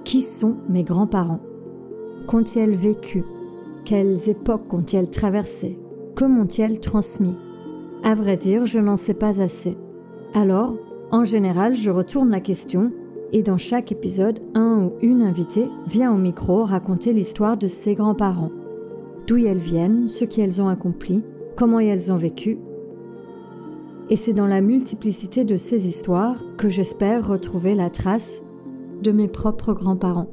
Qui sont mes grands-parents ? Qu'ont-ils vécu ? Quelles époques ont-ils traversées ? Que m'ont-ils transmis ? À vrai dire, je n'en sais pas assez. Alors, en général, je retourne la question et dans chaque épisode, un ou une invitée vient au micro raconter l'histoire de ses grands-parents. D'où elles viennent, ce qu'elles ont accompli, comment elles ont vécu. Et c'est dans la multiplicité de ces histoires que j'espère retrouver la trace de mes propres grands-parents.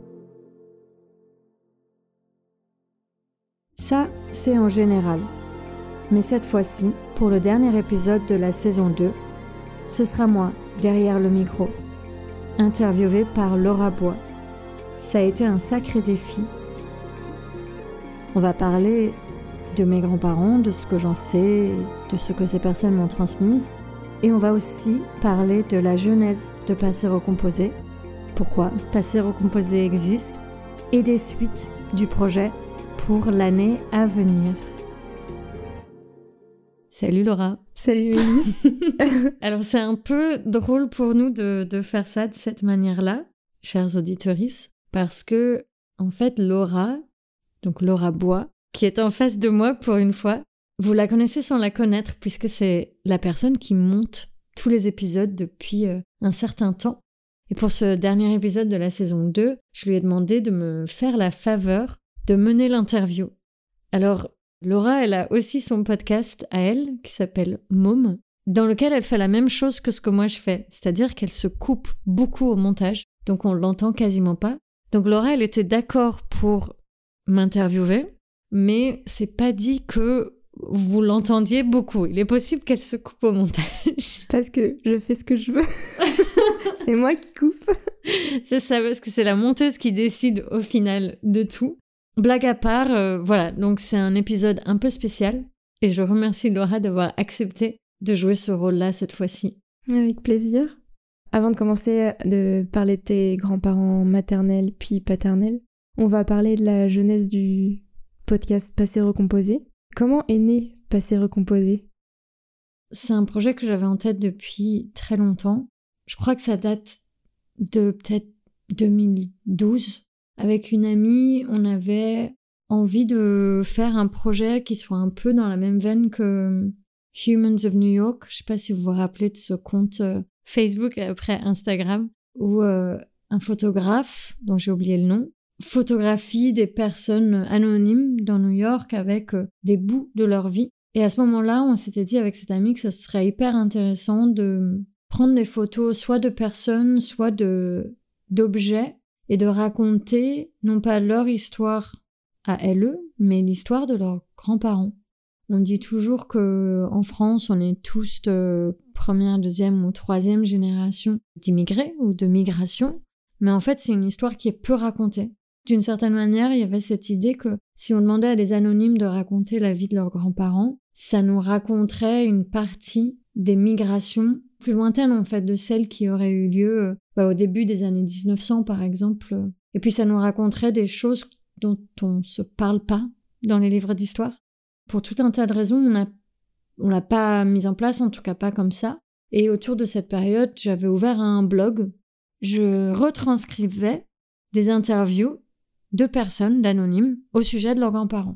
Ça, c'est en général. Mais cette fois-ci, pour le dernier épisode de la saison 2, ce sera moi, derrière le micro, interviewée par Laura Bois. Ça a été un sacré défi. On va parler de mes grands-parents, de ce que j'en sais, de ce que ces personnes m'ont transmis. Et on va aussi parler de la genèse de Passé Recomposé, pourquoi Passé Recomposé existe, et des suites du projet pour l'année à venir. Salut Laura. Salut Émilie. Alors c'est un peu drôle pour nous de faire ça de cette manière-là, chers auditorices, parce que en fait Laura, donc Laura Bois, qui est en face de moi pour une fois, vous la connaissez sans la connaître puisque c'est la personne qui monte tous les épisodes depuis un certain temps. Et pour ce dernier épisode de la saison 2, je lui ai demandé de me faire la faveur de mener l'interview. Alors, Laura, elle a aussi son podcast à elle, qui s'appelle Môme, dans lequel elle fait la même chose que ce que moi je fais, c'est-à-dire qu'elle se coupe beaucoup au montage, donc on l'entend quasiment pas. Donc Laura, elle était d'accord pour m'interviewer, mais c'est pas dit que vous l'entendiez beaucoup. Il est possible qu'elle se coupe au montage. Parce que je fais ce que je veux. C'est moi qui coupe. C'est ça, parce que c'est la monteuse qui décide au final de tout. Blague à part, voilà, donc c'est un épisode un peu spécial et je remercie Laura d'avoir accepté de jouer ce rôle-là cette fois-ci. Avec plaisir. Avant de commencer de parler de tes grands-parents maternels puis paternels, on va parler de la genèse du podcast Passé Recomposé. Comment est né Passé Recomposé ? C'est un projet que j'avais en tête depuis très longtemps. Je crois que ça date de peut-être 2012. Avec une amie, on avait envie de faire un projet qui soit un peu dans la même veine que Humans of New York. Je ne sais pas si vous vous rappelez de ce compte Facebook après Instagram, où un photographe, dont j'ai oublié le nom, photographie des personnes anonymes dans New York avec des bouts de leur vie. Et à ce moment-là, on s'était dit avec cette amie que ça serait hyper intéressant de prendre des photos soit de personnes, soit d'objets, et de raconter, non pas leur histoire à elles, mais l'histoire de leurs grands-parents. On dit toujours qu'en France, on est tous de première, deuxième ou troisième génération d'immigrés ou de migration, mais en fait, c'est une histoire qui est peu racontée. D'une certaine manière, il y avait cette idée que si on demandait à des anonymes de raconter la vie de leurs grands-parents, ça nous raconterait une partie des migrations plus lointaines, en fait, de celles qui auraient eu lieu au début des années 1900, par exemple. Et puis ça nous raconterait des choses dont on ne se parle pas dans les livres d'histoire. Pour tout un tas de raisons, on l'a pas mise en place, en tout cas pas comme ça. Et autour de cette période, j'avais ouvert un blog. Je retranscrivais des interviews de personnes, d'anonymes, au sujet de leurs grands-parents.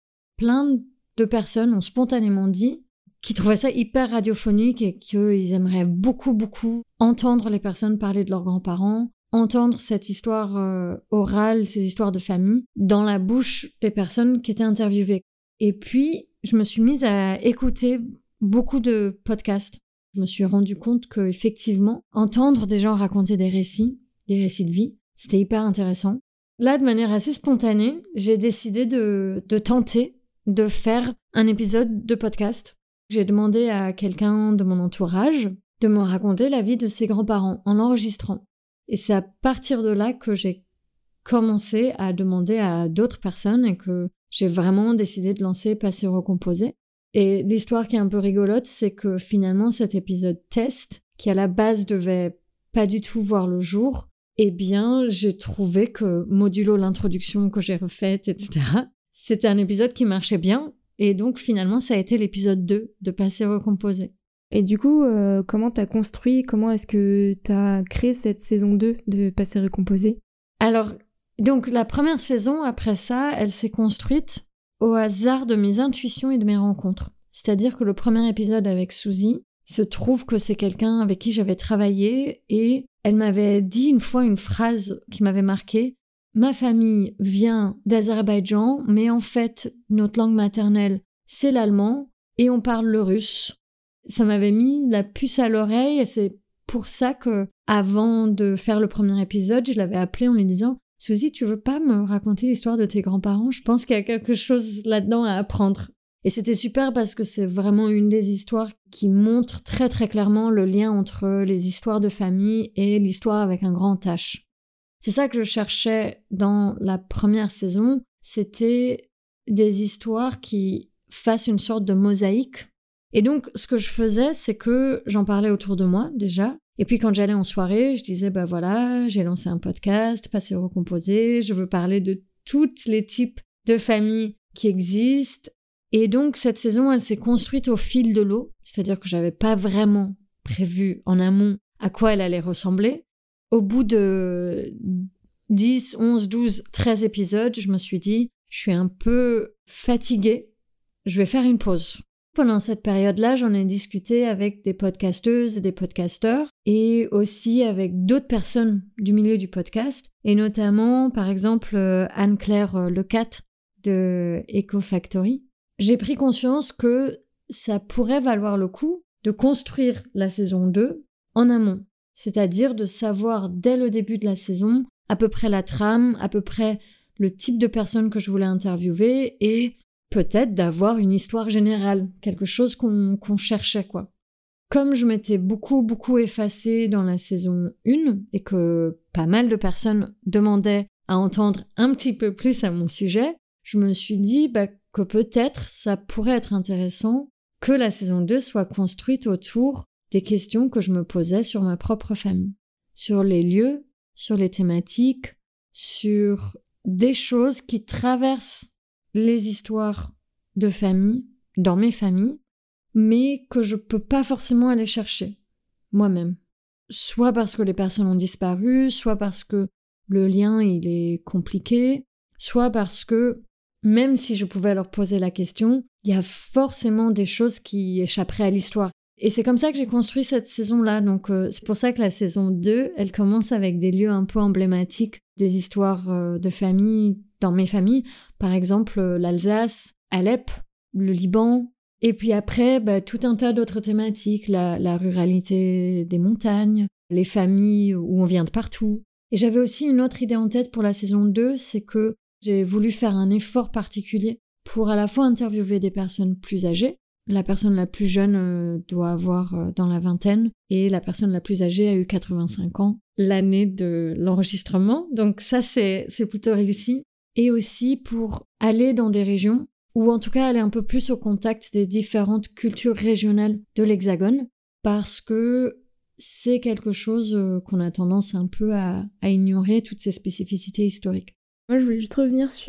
Plein de personnes ont spontanément dit qu'ils trouvaient ça hyper radiophonique et qu'ils aimeraient beaucoup, beaucoup entendre les personnes parler de leurs grands-parents, entendre cette histoire orale, ces histoires de famille, dans la bouche des personnes qui étaient interviewées. Et puis, je me suis mise à écouter beaucoup de podcasts. Je me suis rendu compte qu'effectivement, entendre des gens raconter des récits de vie, c'était hyper intéressant. Là, de manière assez spontanée, j'ai décidé de tenter de faire un épisode de podcast. J'ai demandé à quelqu'un de mon entourage de me raconter la vie de ses grands-parents en l'enregistrant. Et c'est à partir de là que j'ai commencé à demander à d'autres personnes et que j'ai vraiment décidé de lancer Passé Recomposé. Et l'histoire qui est un peu rigolote, c'est que finalement cet épisode test, qui à la base devait pas du tout voir le jour, eh bien j'ai trouvé que modulo l'introduction que j'ai refaite, etc., c'était un épisode qui marchait bien. Et donc finalement ça a été l'épisode 2 de Passé Recomposé. Et du coup, comment t'as construit, comment est-ce que t'as créé cette saison 2 de Passé Recomposé ? Alors, donc la première saison, après ça, elle s'est construite au hasard de mes intuitions et de mes rencontres. C'est-à-dire que le premier épisode avec Suzy, il se trouve que c'est quelqu'un avec qui j'avais travaillé et elle m'avait dit une fois une phrase qui m'avait marquée. Ma famille vient d'Azerbaïdjan, mais en fait, notre langue maternelle, c'est l'allemand et on parle le russe. Ça m'avait mis la puce à l'oreille et c'est pour ça que, avant de faire le premier épisode, je l'avais appelée en lui disant « Suzy, tu veux pas me raconter l'histoire de tes grands-parents ? Je pense qu'il y a quelque chose là-dedans à apprendre. » Et c'était super parce que c'est vraiment une des histoires qui montre très très clairement le lien entre les histoires de famille et l'histoire avec un grand H. C'est ça que je cherchais dans la première saison, c'était des histoires qui fassent une sorte de mosaïque. Et donc, ce que je faisais, c'est que j'en parlais autour de moi, déjà. Et puis, quand j'allais en soirée, je disais, voilà, j'ai lancé un podcast, Passé Recomposé, je veux parler de tous les types de familles qui existent. Et donc, cette saison, elle s'est construite au fil de l'eau, c'est-à-dire que j'avais pas vraiment prévu en amont à quoi elle allait ressembler. Au bout de 10, 11, 12, 13 épisodes, je me suis dit, je suis un peu fatiguée, je vais faire une pause. Pendant cette période-là, j'en ai discuté avec des podcasteuses et des podcasteurs et aussi avec d'autres personnes du milieu du podcast et notamment, par exemple, Anne-Claire Lecat de Echo Factory. J'ai pris conscience que ça pourrait valoir le coup de construire la saison 2 en amont, c'est-à-dire de savoir dès le début de la saison à peu près la trame, à peu près le type de personne que je voulais interviewer et peut-être d'avoir une histoire générale, quelque chose qu'on cherchait, quoi. Comme je m'étais beaucoup effacée dans la saison 1 et que pas mal de personnes demandaient à entendre un petit peu plus à mon sujet, je me suis dit que peut-être ça pourrait être intéressant que la saison 2 soit construite autour des questions que je me posais sur ma propre famille, sur les lieux, sur les thématiques, sur des choses qui traversent les histoires de famille, dans mes familles, mais que je peux pas forcément aller chercher moi-même. Soit parce que les personnes ont disparu, soit parce que le lien il est compliqué, soit parce que même si je pouvais leur poser la question, il y a forcément des choses qui échapperaient à l'histoire. Et c'est comme ça que j'ai construit cette saison-là. Donc c'est pour ça que la saison 2, elle commence avec des lieux un peu emblématiques, des histoires de famille dans mes familles. Par exemple, l'Alsace, Alep, le Liban. Et puis après, tout un tas d'autres thématiques, la ruralité des montagnes, les familles où on vient de partout. Et j'avais aussi une autre idée en tête pour la saison 2, c'est que j'ai voulu faire un effort particulier pour à la fois interviewer des personnes plus âgées. La personne la plus jeune doit avoir dans la vingtaine et la personne la plus âgée a eu 85 ans l'année de l'enregistrement. Donc ça, c'est plutôt réussi. Et aussi pour aller dans des régions ou en tout cas aller un peu plus au contact des différentes cultures régionales de l'Hexagone parce que c'est quelque chose qu'on a tendance un peu à ignorer, toutes ces spécificités historiques. Moi, je voulais juste revenir sur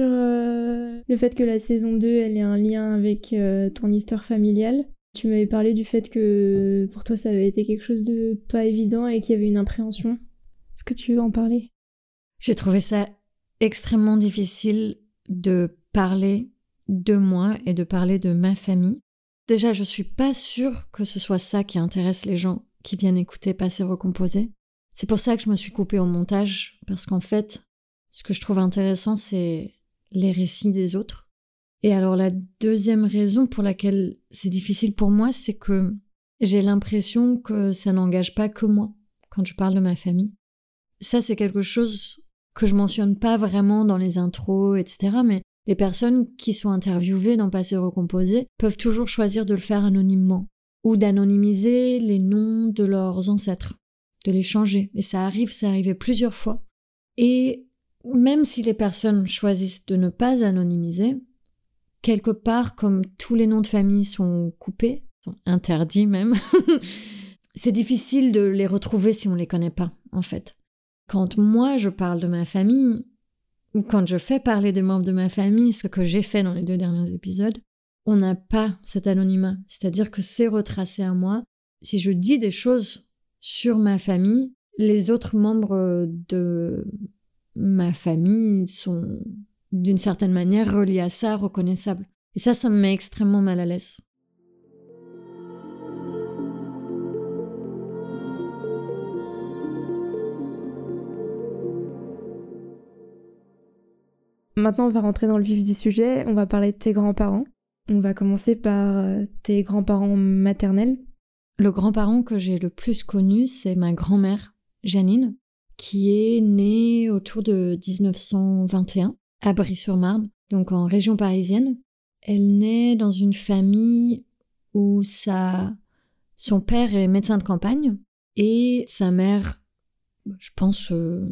le fait que la saison 2, elle ait un lien avec ton histoire familiale. Tu m'avais parlé du fait que pour toi, ça avait été quelque chose de pas évident et qu'il y avait une appréhension. Est-ce que tu veux en parler ? J'ai trouvé ça extrêmement difficile de parler de moi et de parler de ma famille. Déjà, je suis pas sûre que ce soit ça qui intéresse les gens qui viennent écouter Passé Recomposé. C'est pour ça que je me suis coupée au montage, parce qu'en fait, ce que je trouve intéressant, c'est les récits des autres. Et alors la deuxième raison pour laquelle c'est difficile pour moi, c'est que j'ai l'impression que ça n'engage pas que moi quand je parle de ma famille. Ça, c'est quelque chose que je mentionne pas vraiment dans les intros, etc. Mais les personnes qui sont interviewées dans Passé Recomposé peuvent toujours choisir de le faire anonymement ou d'anonymiser les noms de leurs ancêtres, de les changer. Et ça arrivait plusieurs fois. Et même si les personnes choisissent de ne pas anonymiser, quelque part, comme tous les noms de famille sont coupés, sont interdits même, c'est difficile de les retrouver si on ne les connaît pas, en fait. Quand moi je parle de ma famille, ou quand je fais parler des membres de ma famille, ce que j'ai fait dans les 2 derniers épisodes, on n'a pas cet anonymat. C'est-à-dire que c'est retracé à moi. Si je dis des choses sur ma famille, les autres membres de ma famille sont d'une certaine manière reliés à ça, reconnaissables. Et ça me met extrêmement mal à l'aise. Maintenant, on va rentrer dans le vif du sujet. On va parler de tes grands-parents. On va commencer par tes grands-parents maternels. Le grand-parent que j'ai le plus connu, c'est ma grand-mère, Janine, qui est née autour de 1921 à Bry-sur-Marne, donc en région parisienne. Elle naît dans une famille où son père est médecin de campagne et sa mère, je pense,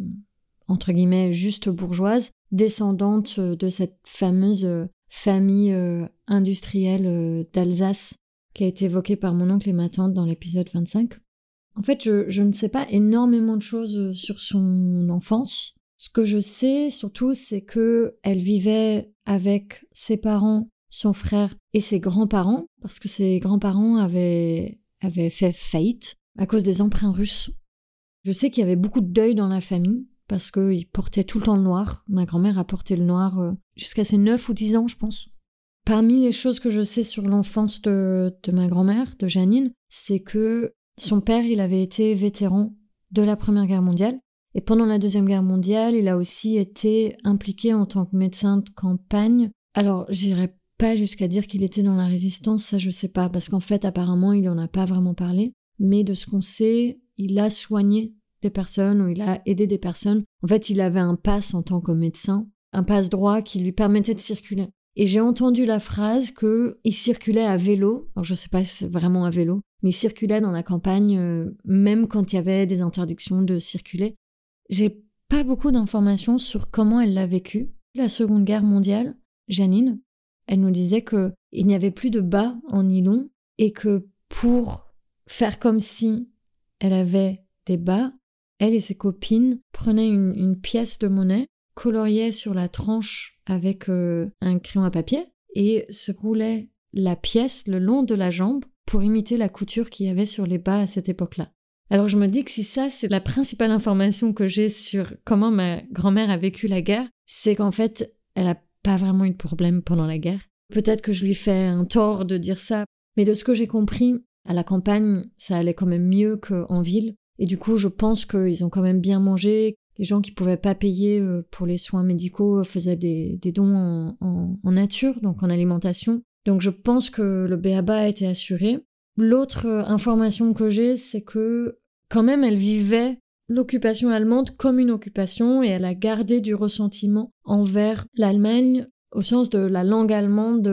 entre guillemets, juste bourgeoise, descendante de cette fameuse famille industrielle d'Alsace qui a été évoquée par mon oncle et ma tante dans l'épisode 25. En fait, je ne sais pas énormément de choses sur son enfance. Ce que je sais surtout, c'est qu'elle vivait avec ses parents, son frère et ses grands-parents, parce que ses grands-parents avaient fait faillite à cause des emprunts russes. Je sais qu'il y avait beaucoup de deuil dans la famille, parce qu'ils portaient tout le temps le noir. Ma grand-mère a porté le noir jusqu'à ses 9 ou 10 ans, je pense. Parmi les choses que je sais sur l'enfance de ma grand-mère, de Janine, c'est que son père, il avait été vétéran de la Première Guerre mondiale. Et pendant la Deuxième Guerre mondiale, il a aussi été impliqué en tant que médecin de campagne. Alors, j'irai pas jusqu'à dire qu'il était dans la résistance, ça je sais pas, parce qu'en fait, apparemment, il en a pas vraiment parlé. Mais de ce qu'on sait, il a soigné des personnes ou il a aidé des personnes. En fait, il avait un pass en tant que médecin, un passe droit qui lui permettait de circuler. Et j'ai entendu la phrase qu'il circulait à vélo, alors je sais pas si c'est vraiment à vélo, mais il circulait dans la campagne, même quand il y avait des interdictions de circuler. J'ai pas beaucoup d'informations sur comment elle l'a vécu. La Seconde Guerre mondiale, Janine, elle nous disait qu'il n'y avait plus de bas en nylon et que pour faire comme si elle avait des bas, elle et ses copines prenaient une pièce de monnaie, coloriaient sur la tranche avec un crayon à papier et se roulaient la pièce le long de la jambe pour imiter la couture qu'il y avait sur les bas à cette époque-là. Alors je me dis que si ça, c'est la principale information que j'ai sur comment ma grand-mère a vécu la guerre, c'est qu'en fait, elle n'a pas vraiment eu de problème pendant la guerre. Peut-être que je lui fais un tort de dire ça, mais de ce que j'ai compris, à la campagne, ça allait quand même mieux qu'en ville. Et du coup, je pense qu'ils ont quand même bien mangé. Les gens qui ne pouvaient pas payer pour les soins médicaux faisaient des dons en nature, donc en alimentation. Donc je pense que le b.a.-ba a été assuré. L'autre information que j'ai, c'est que quand même elle vivait l'occupation allemande comme une occupation et elle a gardé du ressentiment envers l'Allemagne au sens de la langue allemande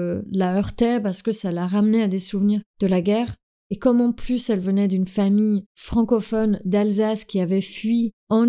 la heurtait parce que ça l'a ramenée à des souvenirs de la guerre. Et comme en plus elle venait d'une famille francophone d'Alsace qui avait fui en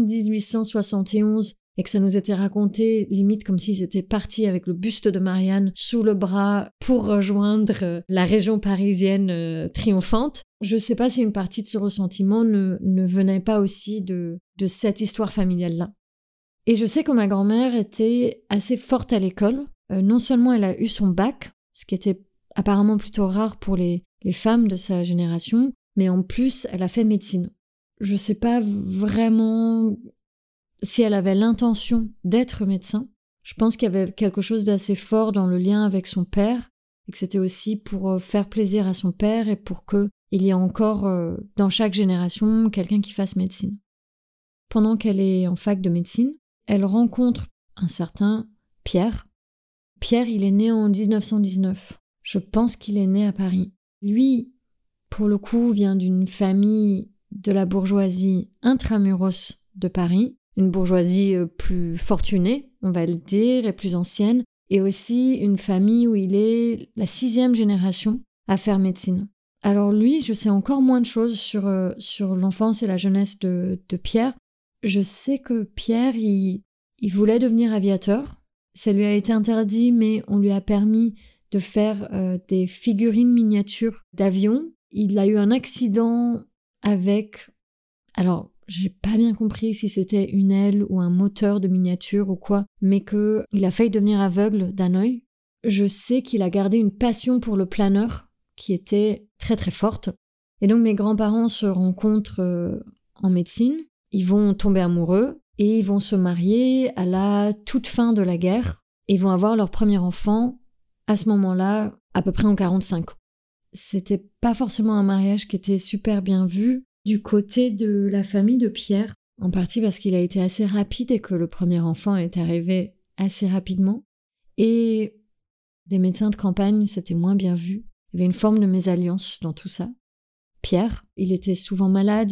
1871 et que ça nous était raconté limite comme s'ils étaient partis avec le buste de Marianne sous le bras pour rejoindre la région parisienne triomphante. Je ne sais pas si une partie de ce ressentiment ne venait pas aussi de cette histoire familiale-là. Et je sais que ma grand-mère était assez forte à l'école. Non seulement elle a eu son bac, ce qui était apparemment plutôt rare pour les femmes de sa génération, mais en plus elle a fait médecine. Je ne sais pas vraiment si elle avait l'intention d'être médecin. Je pense qu'il y avait quelque chose d'assez fort dans le lien avec son père, et que c'était aussi pour faire plaisir à son père et pour qu'il y ait encore dans chaque génération quelqu'un qui fasse médecine. Pendant qu'elle est en fac de médecine, elle rencontre un certain Pierre. Pierre, il est né en 1919. Je pense qu'il est né à Paris. Lui, pour le coup, vient d'une famille de la bourgeoisie intramuros de Paris, une bourgeoisie plus fortunée, on va le dire, et plus ancienne, et aussi une famille où il est la 6e génération à faire médecine. Alors lui, je sais encore moins de choses sur l'enfance et la jeunesse de Pierre. Je sais que Pierre, il voulait devenir aviateur. Ça lui a été interdit, mais on lui a permis de faire des figurines miniatures d'avions. Il a eu un accident avec... Alors, j'ai pas bien compris si c'était une aile ou un moteur de miniature ou quoi, mais qu'il a failli devenir aveugle d'un œil. Je sais qu'il a gardé une passion pour le planeur qui était très très forte. Et donc mes grands-parents se rencontrent en médecine. Ils vont tomber amoureux. et ils vont se marier à la toute fin de la guerre. Et ils vont avoir leur premier enfant à ce moment-là, à peu près en 45. C'était pas forcément un mariage qui était super bien vu du côté de la famille de Pierre, en partie parce qu'il a été assez rapide et que le premier enfant est arrivé assez rapidement. Et des médecins de campagne, c'était moins bien vu. Il y avait une forme de mésalliance dans tout ça. Pierre, il était souvent malade,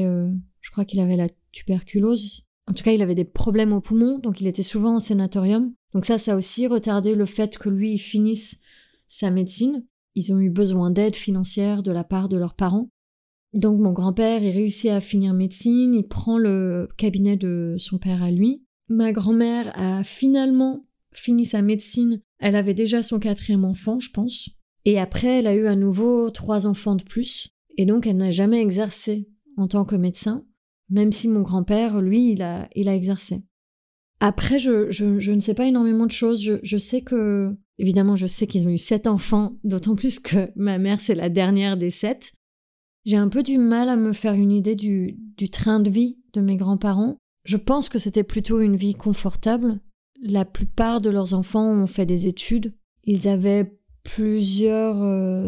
je crois qu'il avait la tuberculose. En tout cas, il avait des problèmes aux poumons, donc il était souvent en sanatorium. Donc ça a aussi retardé le fait que lui, il finisse sa médecine. Ils ont eu besoin d'aide financière de la part de leurs parents. Donc mon grand-père, il réussit à finir médecine, il prend le cabinet de son père à lui. Ma grand-mère a finalement fini sa médecine. Elle avait déjà son 4e enfant, je pense. Et après, elle a eu à nouveau 3 enfants de plus. Et donc, elle n'a jamais exercé en tant que médecin, même si mon grand-père, lui, il a exercé. Après, je ne sais pas énormément de choses. Je sais que, évidemment, je sais qu'ils ont eu 7 enfants, d'autant plus que ma mère, c'est la dernière des 7. J'ai un peu du mal à me faire une idée du train de vie de mes grands-parents. Je pense que c'était plutôt une vie confortable. La plupart de leurs enfants ont fait des études. Ils avaient plusieurs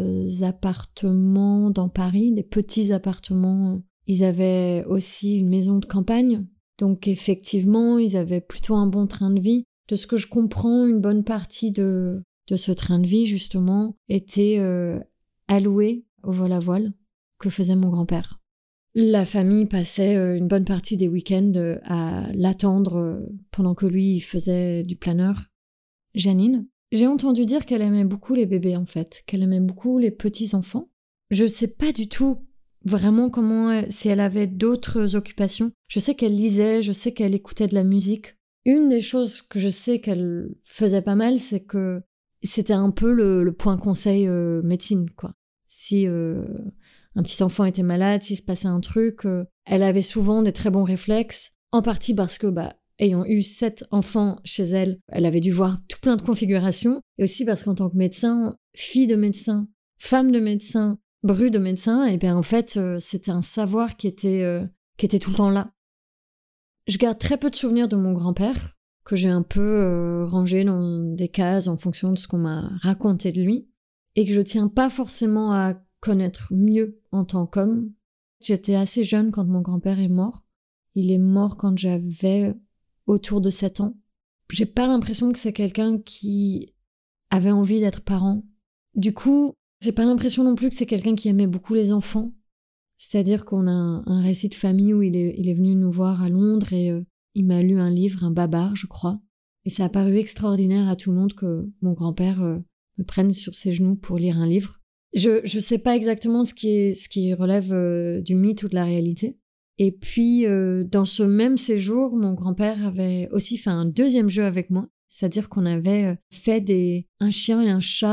appartements dans Paris, des petits appartements. Ils avaient aussi une maison de campagne. Donc effectivement, ils avaient plutôt un bon train de vie. De ce que je comprends, une bonne partie de ce train de vie, justement, était allouée au vol à voile que faisait mon grand-père. La famille passait une bonne partie des week-ends à l'attendre pendant que lui il faisait du planeur. Janine, j'ai entendu dire qu'elle aimait beaucoup les bébés en fait, qu'elle aimait beaucoup les petits-enfants. Je sais pas du tout vraiment si elle avait d'autres occupations. Je sais qu'elle lisait, je sais qu'elle écoutait de la musique. Une des choses que je sais qu'elle faisait pas mal, c'est que c'était un peu le point conseil médecine, quoi. Si un petit enfant était malade, s'il se passait un truc, elle avait souvent des très bons réflexes, en partie parce que, ayant eu 7 enfants chez elle, elle avait dû voir tout plein de configurations, et aussi parce qu'en tant que médecin, fille de médecin, femme de médecin, bru de médecin, et bien en fait, c'était un savoir qui était tout le temps là. Je garde très peu de souvenirs de mon grand-père, que j'ai un peu rangé dans des cases en fonction de ce qu'on m'a raconté de lui, et que je tiens pas forcément à connaître mieux en tant qu'homme. J'étais assez jeune quand mon grand-père est mort. Il est mort quand j'avais autour de 7 ans. J'ai pas l'impression que c'est quelqu'un qui avait envie d'être parent. Du coup, j'ai pas l'impression non plus que c'est quelqu'un qui aimait beaucoup les enfants. C'est-à-dire qu'on a un récit de famille où il est venu nous voir à Londres et il m'a lu un livre, un Babar, je crois. Et ça a paru extraordinaire à tout le monde que mon grand-père me prenne sur ses genoux pour lire un livre. Je sais pas exactement ce qui relève du mythe ou de la réalité. Et puis, dans ce même séjour, mon grand-père avait aussi fait un 2e jeu avec moi. C'est-à-dire qu'on avait fait un chien et un chat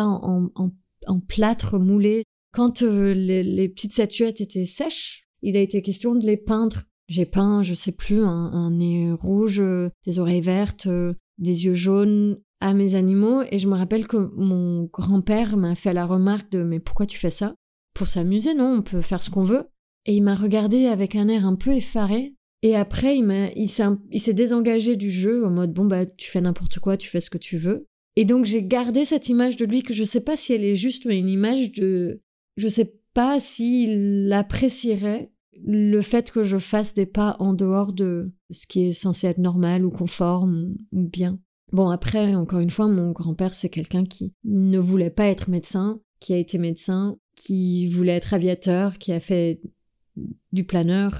en plâtre moulé. Quand les petites statuettes étaient sèches, il a été question de les peindre. J'ai peint, je sais plus, un nez rouge, des oreilles vertes, des yeux jaunes à mes animaux, et je me rappelle que mon grand-père m'a fait la remarque de « mais pourquoi tu fais ça ? Pour s'amuser, non ? On peut faire ce qu'on veut ?» Et il m'a regardé avec un air un peu effaré, et après il s'est désengagé du jeu en mode « bon tu fais n'importe quoi, tu fais ce que tu veux ». Et donc j'ai gardé cette image de lui que je sais pas si elle est juste, mais une image de... Je sais pas s'il apprécierait le fait que je fasse des pas en dehors de ce qui est censé être normal ou conforme ou bien. Bon, après, encore une fois, mon grand-père, c'est quelqu'un qui ne voulait pas être médecin, qui a été médecin, qui voulait être aviateur, qui a fait du planeur.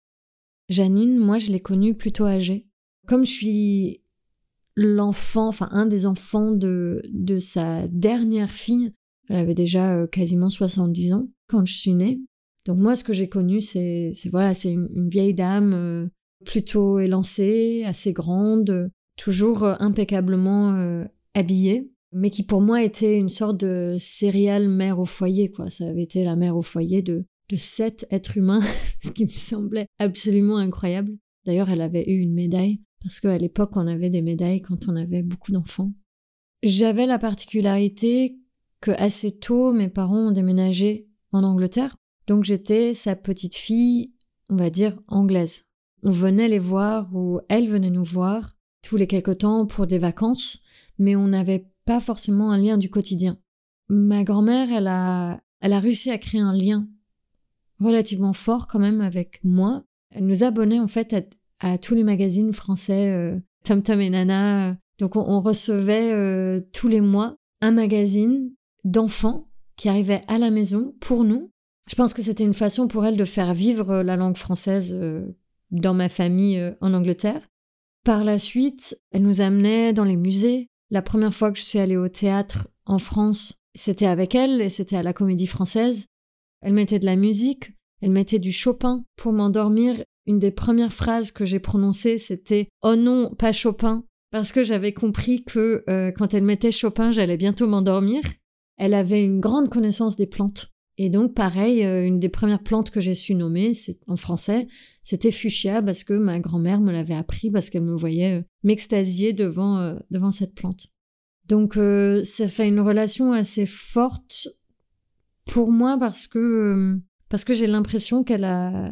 Janine, moi, je l'ai connue plutôt âgée. Comme je suis un des enfants de sa dernière fille, elle avait déjà quasiment 70 ans quand je suis née. Donc moi, ce que j'ai connu, c'est une vieille dame plutôt élancée, assez grande, toujours impeccablement habillée, mais qui pour moi était une sorte de serial mère au foyer, quoi. Ça avait été la mère au foyer de 7 êtres humains, ce qui me semblait absolument incroyable. D'ailleurs, elle avait eu une médaille, parce qu'à l'époque, on avait des médailles quand on avait beaucoup d'enfants. J'avais la particularité que assez tôt, mes parents ont déménagé en Angleterre, donc j'étais sa petite fille, on va dire, anglaise. on venait les voir ou elles venaient nous voir tous les quelque temps pour des vacances, mais on n'avait pas forcément un lien du quotidien. Ma grand-mère, elle a réussi à créer un lien relativement fort quand même avec moi. Elle nous abonnait en fait à tous les magazines français, Tom Tom et Nana. Donc on recevait tous les mois un magazine d'enfants qui arrivait à la maison pour nous. Je pense que c'était une façon pour elle de faire vivre la langue française dans ma famille en Angleterre. Par la suite, elle nous amenait dans les musées. La première fois que je suis allée au théâtre en France, c'était avec elle et c'était à la Comédie Française. Elle mettait de la musique, elle mettait du Chopin pour m'endormir. Une des premières phrases que j'ai prononcées, c'était « Oh non, pas Chopin !» parce que j'avais compris que quand elle mettait Chopin, j'allais bientôt m'endormir. Elle avait une grande connaissance des plantes. Et donc, pareil, une des premières plantes que j'ai su nommer en français, c'était fuchsia, parce que ma grand-mère me l'avait appris, parce qu'elle me voyait m'extasier devant cette plante. Donc, ça fait une relation assez forte pour moi, parce que j'ai l'impression qu'elle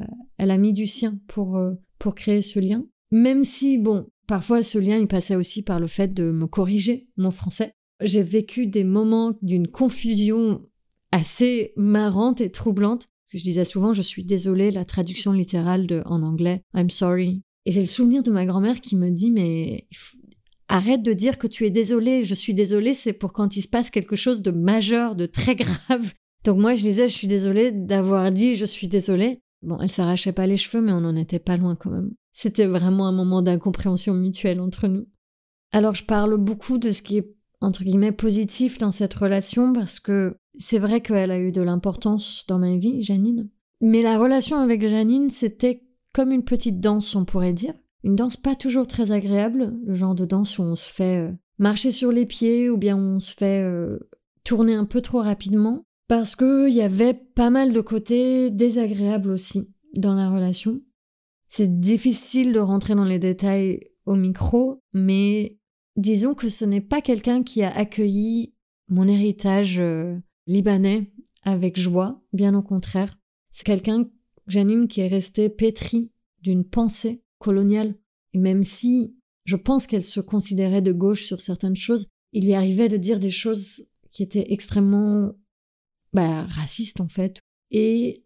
a mis du sien pour créer ce lien. Même si, bon, parfois ce lien, il passait aussi par le fait de me corriger mon français. J'ai vécu des moments d'une confusion assez marrante et troublante. Je disais souvent, je suis désolée, la traduction littérale en anglais, I'm sorry. Et j'ai le souvenir de ma grand-mère qui me dit, mais arrête de dire que tu es désolée, je suis désolée, c'est pour quand il se passe quelque chose de majeur, de très grave. Donc moi, je disais, je suis désolée d'avoir dit, je suis désolée. Bon, elle s'arrachait pas les cheveux, mais on n'en était pas loin quand même. C'était vraiment un moment d'incompréhension mutuelle entre nous. Alors, je parle beaucoup de ce qui est entre guillemets positif dans cette relation parce que c'est vrai qu'elle a eu de l'importance dans ma vie, Janine. Mais la relation avec Janine, c'était comme une petite danse, on pourrait dire. Une danse pas toujours très agréable, le genre de danse où on se fait marcher sur les pieds ou bien où on se fait tourner un peu trop rapidement parce qu'il y avait pas mal de côtés désagréables aussi dans la relation. C'est difficile de rentrer dans les détails au micro, mais disons que ce n'est pas quelqu'un qui a accueilli mon héritage libanais avec joie, bien au contraire. C'est quelqu'un, Janine, qui est restée pétrie d'une pensée coloniale. Et même si je pense qu'elle se considérait de gauche sur certaines choses, il lui arrivait de dire des choses qui étaient extrêmement racistes en fait, et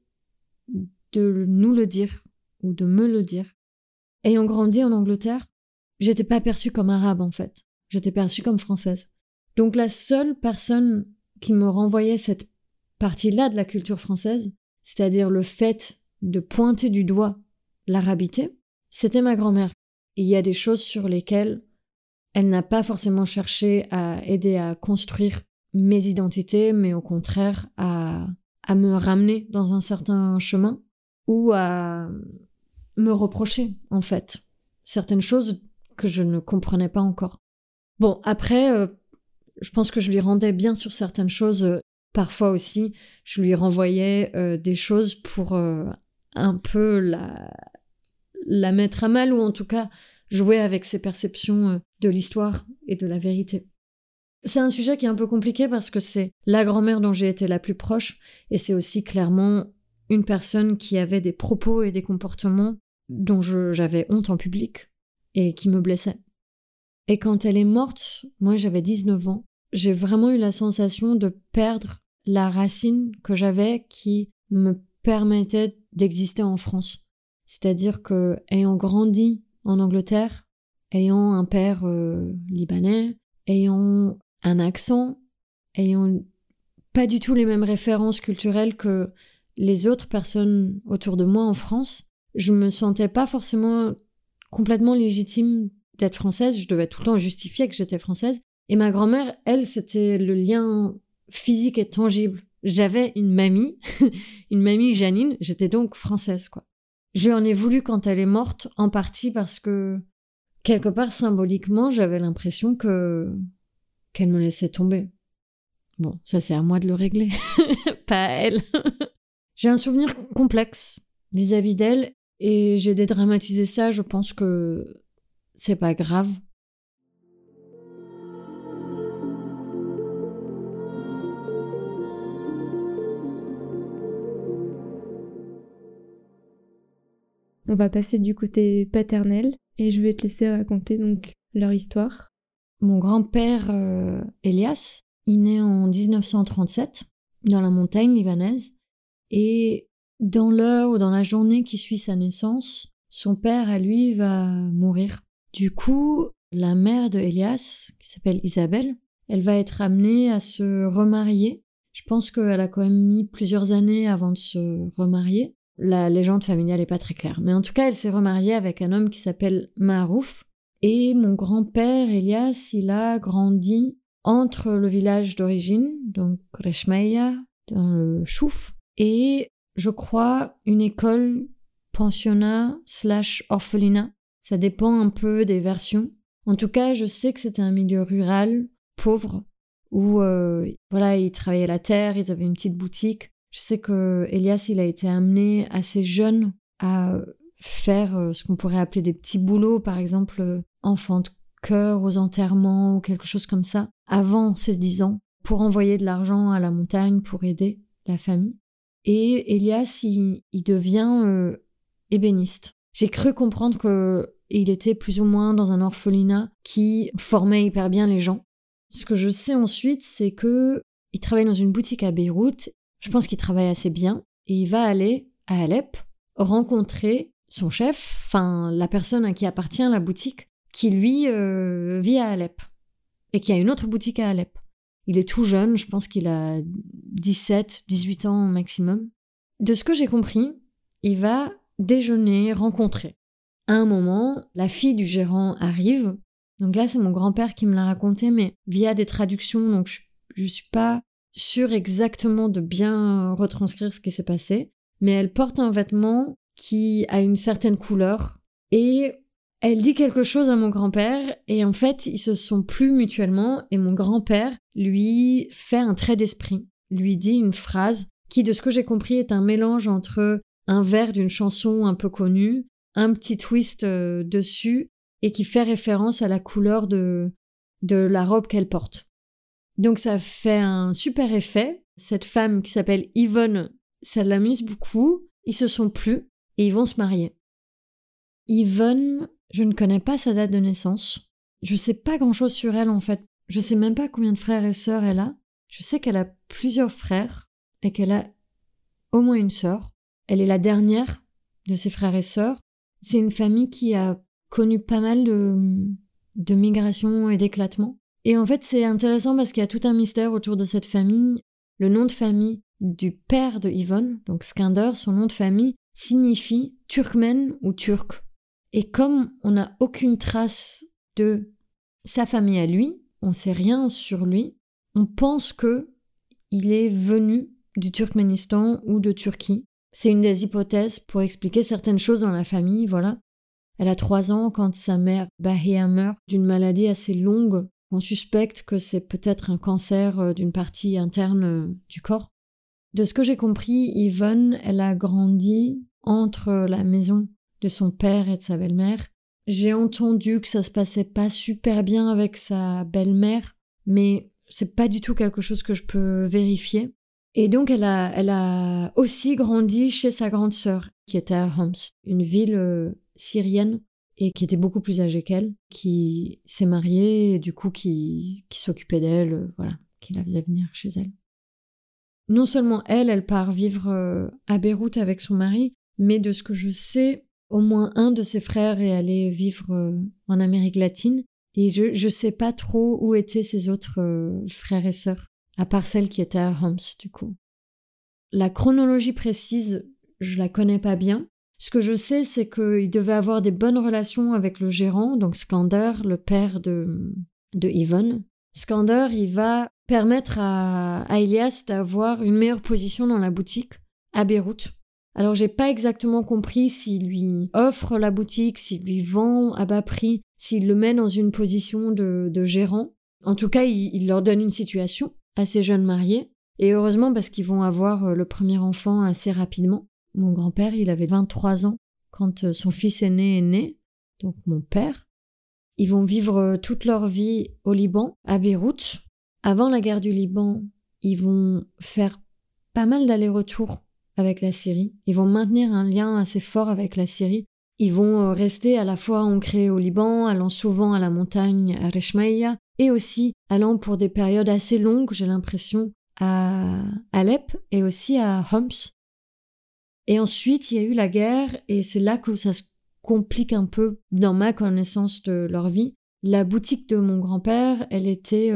de nous le dire, ou de me le dire. Ayant grandi en Angleterre, j'étais pas perçue comme arabe en fait. J'étais perçue comme française. Donc la seule personne qui me renvoyait cette partie-là de la culture française, c'est-à-dire le fait de pointer du doigt l'arabité, c'était ma grand-mère. Et il y a des choses sur lesquelles elle n'a pas forcément cherché à aider à construire mes identités, mais au contraire à me ramener dans un certain chemin ou à me reprocher, en fait, certaines choses que je ne comprenais pas encore. Bon, après, je pense que je lui rendais bien sur certaines choses. Parfois aussi, je lui renvoyais des choses pour un peu la mettre à mal, ou en tout cas jouer avec ses perceptions de l'histoire et de la vérité. C'est un sujet qui est un peu compliqué parce que c'est la grand-mère dont j'ai été la plus proche, et c'est aussi clairement une personne qui avait des propos et des comportements dont j'avais honte en public et qui me blessaient. Et quand elle est morte, moi j'avais 19 ans, j'ai vraiment eu la sensation de perdre la racine que j'avais qui me permettait d'exister en France. C'est-à-dire que, ayant grandi en Angleterre, ayant un père libanais, ayant un accent, ayant pas du tout les mêmes références culturelles que les autres personnes autour de moi en France, je me sentais pas forcément complètement légitime d'être française. Je devais tout le temps justifier que j'étais française. Et ma grand-mère, elle, c'était le lien physique et tangible. J'avais une mamie, une mamie Janine, j'étais donc française, quoi. Je lui en ai voulu quand elle est morte, en partie parce que, quelque part, symboliquement, j'avais l'impression qu'elle me laissait tomber. Bon, ça c'est à moi de le régler, pas à elle. J'ai un souvenir complexe vis-à-vis d'elle, et j'ai dédramatisé ça, je pense que c'est pas grave. On va passer du côté paternel et je vais te laisser raconter donc leur histoire. Mon grand-père Elias, il naît en 1937 dans la montagne libanaise et dans l'heure ou dans la journée qui suit sa naissance, son père à lui va mourir. Du coup, la mère de Elias, qui s'appelle Isabelle, elle va être amenée à se remarier. Je pense qu'elle a quand même mis plusieurs années avant de se remarier. La légende familiale n'est pas très claire. Mais en tout cas, elle s'est remariée avec un homme qui s'appelle Marouf. Et mon grand-père, Elias, il a grandi entre le village d'origine, donc Reshmeya, dans le Chouf, et je crois une école pensionnat / orphelinat. Ça dépend un peu des versions. En tout cas, je sais que c'était un milieu rural, pauvre, où ils travaillaient la terre, ils avaient une petite boutique. Je sais que Elias, il a été amené assez jeune à faire ce qu'on pourrait appeler des petits boulots, par exemple enfant de chœur aux enterrements ou quelque chose comme ça, avant ses 10 ans, pour envoyer de l'argent à la montagne pour aider la famille. Et Elias, il devient ébéniste. J'ai cru comprendre qu'il était plus ou moins dans un orphelinat qui formait hyper bien les gens. Ce que je sais ensuite, c'est qu'il travaille dans une boutique à Beyrouth. Je pense qu'il travaille assez bien. Et il va aller à Alep rencontrer son chef, enfin la personne à qui appartient la boutique, qui lui vit à Alep et qui a une autre boutique à Alep. Il est tout jeune, je pense qu'il a 17, 18 ans maximum. De ce que j'ai compris, il va déjeuner, rencontrer. À un moment, la fille du gérant arrive. Donc là, c'est mon grand-père qui me l'a raconté, mais via des traductions, donc je suis pas sûre exactement de bien retranscrire ce qui s'est passé. Mais elle porte un vêtement qui a une certaine couleur et elle dit quelque chose à mon grand-père et en fait, ils se sont plu mutuellement et mon grand-père lui fait un trait d'esprit, lui dit une phrase qui, de ce que j'ai compris, est un mélange entre un vers d'une chanson un peu connue, un petit twist dessus et qui fait référence à la couleur de la robe qu'elle porte. Donc ça fait un super effet. Cette femme qui s'appelle Yvonne, ça l'amuse beaucoup. Ils se sont plu et ils vont se marier. Yvonne, je ne connais pas sa date de naissance. Je sais pas grand-chose sur elle en fait. Je sais même pas combien de frères et sœurs elle a. Je sais qu'elle a plusieurs frères et qu'elle a au moins une sœur. Elle est la dernière de ses frères et sœurs. C'est une famille qui a connu pas mal de migrations et d'éclatements. Et en fait, c'est intéressant parce qu'il y a tout un mystère autour de cette famille. Le nom de famille du père de Yvonne, donc Skender, son nom de famille, signifie turkmène ou turc. Et comme on n'a aucune trace de sa famille à lui, on ne sait rien sur lui, on pense qu'il est venu du Turkménistan ou de Turquie. C'est une des hypothèses pour expliquer certaines choses dans la famille, voilà. Elle a 3 ans quand sa mère, Bahia, meurt d'une maladie assez longue. On suspecte que c'est peut-être un cancer d'une partie interne du corps. De ce que j'ai compris, Yvonne, elle a grandi entre la maison de son père et de sa belle-mère. J'ai entendu que ça se passait pas super bien avec sa belle-mère, mais c'est pas du tout quelque chose que je peux vérifier. Et donc elle a aussi grandi chez sa grande sœur, qui était à Homs, une ville syrienne et qui était beaucoup plus âgée qu'elle, qui s'est mariée et du coup qui s'occupait d'elle, qui la faisait venir chez elle. Non seulement elle part vivre à Beyrouth avec son mari, mais de ce que je sais, au moins un de ses frères est allé vivre en Amérique latine et je sais pas trop où étaient ses autres frères et sœurs, à part celle qui était à Homs du coup. La chronologie précise, je la connais pas bien. Ce que je sais, c'est qu'il devait avoir des bonnes relations avec le gérant, donc Skander, le père de Yvonne. Skander, il va permettre à Elias d'avoir une meilleure position dans la boutique à Beyrouth. Alors j'ai pas exactement compris s'il lui offre la boutique, s'il lui vend à bas prix, s'il le met dans une position de gérant. En tout cas, il leur donne une situation à ces jeunes mariés. Et heureusement parce qu'ils vont avoir le premier enfant assez rapidement. Mon grand-père, il avait 23 ans quand son fils aîné est né, donc mon père. Ils vont vivre toute leur vie au Liban, à Beyrouth. Avant la guerre du Liban, ils vont faire pas mal d'allers-retours avec la Syrie. Ils vont maintenir un lien assez fort avec la Syrie. Ils vont rester à la fois ancrés au Liban, allant souvent à la montagne, à Rechmaïa, et aussi allant pour des périodes assez longues, j'ai l'impression, à Alep et aussi à Homs. Et ensuite, il y a eu la guerre, et c'est là que ça se complique un peu dans ma connaissance de leur vie. La boutique de mon grand-père, elle était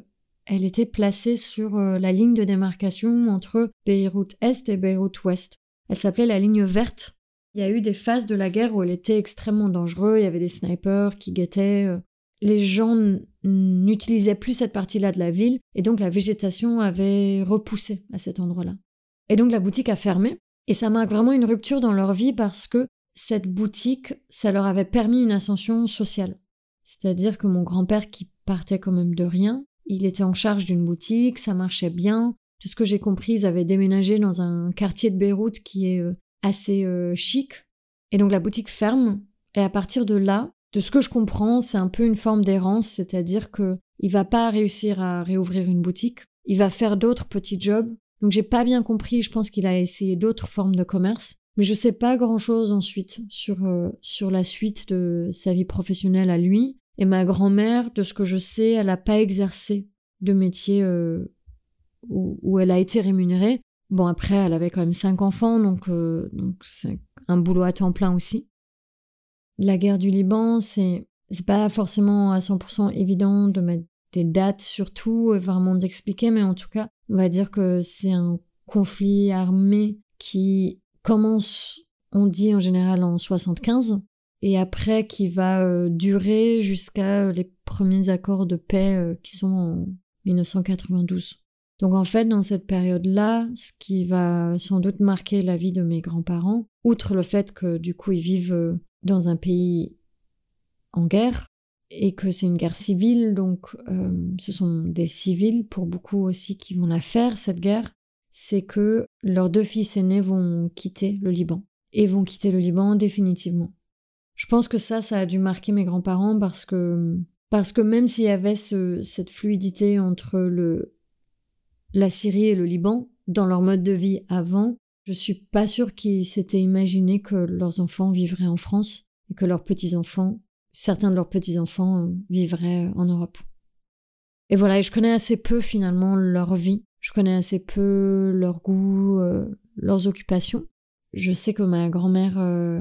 placée sur la ligne de démarcation entre Beyrouth-Est et Beyrouth-Ouest. Elle s'appelait la ligne verte. Il y a eu des phases de la guerre où elle était extrêmement dangereuse, il y avait des snipers qui guettaient. Les gens n'utilisaient plus cette partie-là de la ville, et donc la végétation avait repoussé à cet endroit-là. Et donc la boutique a fermé, et ça marque vraiment une rupture dans leur vie parce que cette boutique, ça leur avait permis une ascension sociale. C'est-à-dire que mon grand-père, qui partait quand même de rien, il était en charge d'une boutique, ça marchait bien. De ce que j'ai compris, ils avaient déménagé dans un quartier de Beyrouth qui est assez chic. Et donc la boutique ferme. Et à partir de là, de ce que je comprends, c'est un peu une forme d'errance, c'est-à-dire qu'il ne va pas réussir à réouvrir une boutique. Il va faire d'autres petits jobs. Donc j'ai pas bien compris, je pense qu'il a essayé d'autres formes de commerce. Mais je sais pas grand-chose ensuite sur la suite de sa vie professionnelle à lui. Et ma grand-mère, de ce que je sais, elle n'a pas exercé de métier où elle a été rémunérée. Bon, après, elle avait quand même 5 enfants, donc c'est un boulot à temps plein aussi. La guerre du Liban, c'est pas forcément à 100% évident de mettre des dates sur tout et vraiment d'expliquer, mais en tout cas, on va dire que c'est un conflit armé qui commence, on dit en général en 75, et après qui va durer jusqu'à les premiers accords de paix qui sont en 1992. Donc en fait, dans cette période-là, ce qui va sans doute marquer la vie de mes grands-parents, outre le fait que du coup ils vivent dans un pays en guerre, et que c'est une guerre civile, donc ce sont des civils pour beaucoup aussi qui vont la faire, cette guerre, c'est que leurs 2 fils aînés vont quitter le Liban, et vont quitter le Liban définitivement. Je pense que ça a dû marquer mes grands-parents parce que même s'il y avait cette fluidité entre la Syrie et le Liban, dans leur mode de vie avant, je suis pas sûre qu'ils s'étaient imaginé que leurs enfants vivraient en France et que certains de leurs petits-enfants vivraient en Europe. Et voilà, et je connais assez peu finalement leur vie, je connais assez peu leur goût, leurs occupations. Je sais que ma grand-mère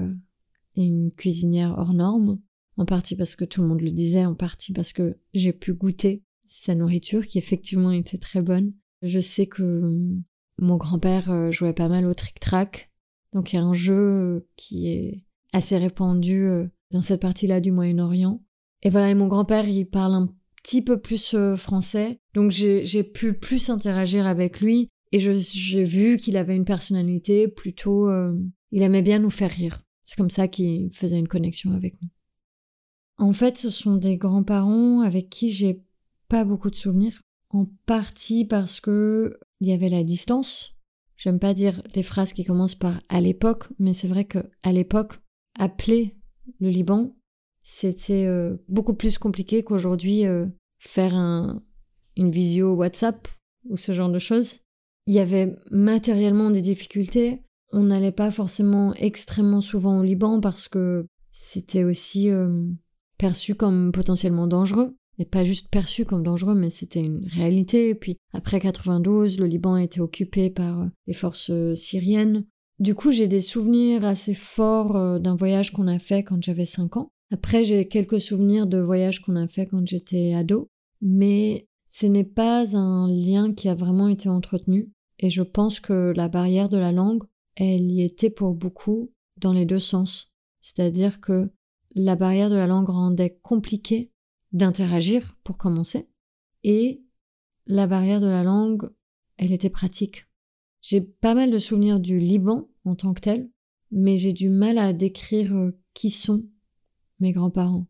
est une cuisinière hors norme, en partie parce que tout le monde le disait, en partie parce que j'ai pu goûter sa nourriture qui effectivement était très bonne. Je sais que mon grand-père jouait pas mal au tric-trac, donc il y a un jeu qui est assez répandu dans cette partie-là du Moyen-Orient. Et voilà, et mon grand-père, il parle un petit peu plus français, donc j'ai pu plus interagir avec lui, et j'ai vu qu'il avait une personnalité plutôt... il aimait bien nous faire rire. C'est comme ça qu'il faisait une connexion avec nous. En fait, ce sont des grands-parents avec qui j'ai pas beaucoup de souvenirs. En partie parce que il y avait la distance. J'aime pas dire des phrases qui commencent par « à l'époque », mais c'est vrai qu'à l'époque, appeler le Liban, c'était beaucoup plus compliqué qu'aujourd'hui faire une visio WhatsApp ou ce genre de choses. Il y avait matériellement des difficultés. On n'allait pas forcément extrêmement souvent au Liban parce que c'était aussi perçu comme potentiellement dangereux. Et pas juste perçu comme dangereux, mais c'était une réalité. Et puis après 92, le Liban a été occupé par les forces syriennes. Du coup, j'ai des souvenirs assez forts d'un voyage qu'on a fait quand j'avais 5 ans. Après, j'ai quelques souvenirs de voyages qu'on a fait quand j'étais ado. Mais ce n'est pas un lien qui a vraiment été entretenu. Et je pense que la barrière de la langue, elle y était pour beaucoup dans les 2 sens. C'est-à-dire que la barrière de la langue rendait compliqué d'interagir pour commencer, et la barrière de la langue, elle était pratique. J'ai pas mal de souvenirs du Liban en tant que tel, mais j'ai du mal à décrire qui sont mes grands-parents.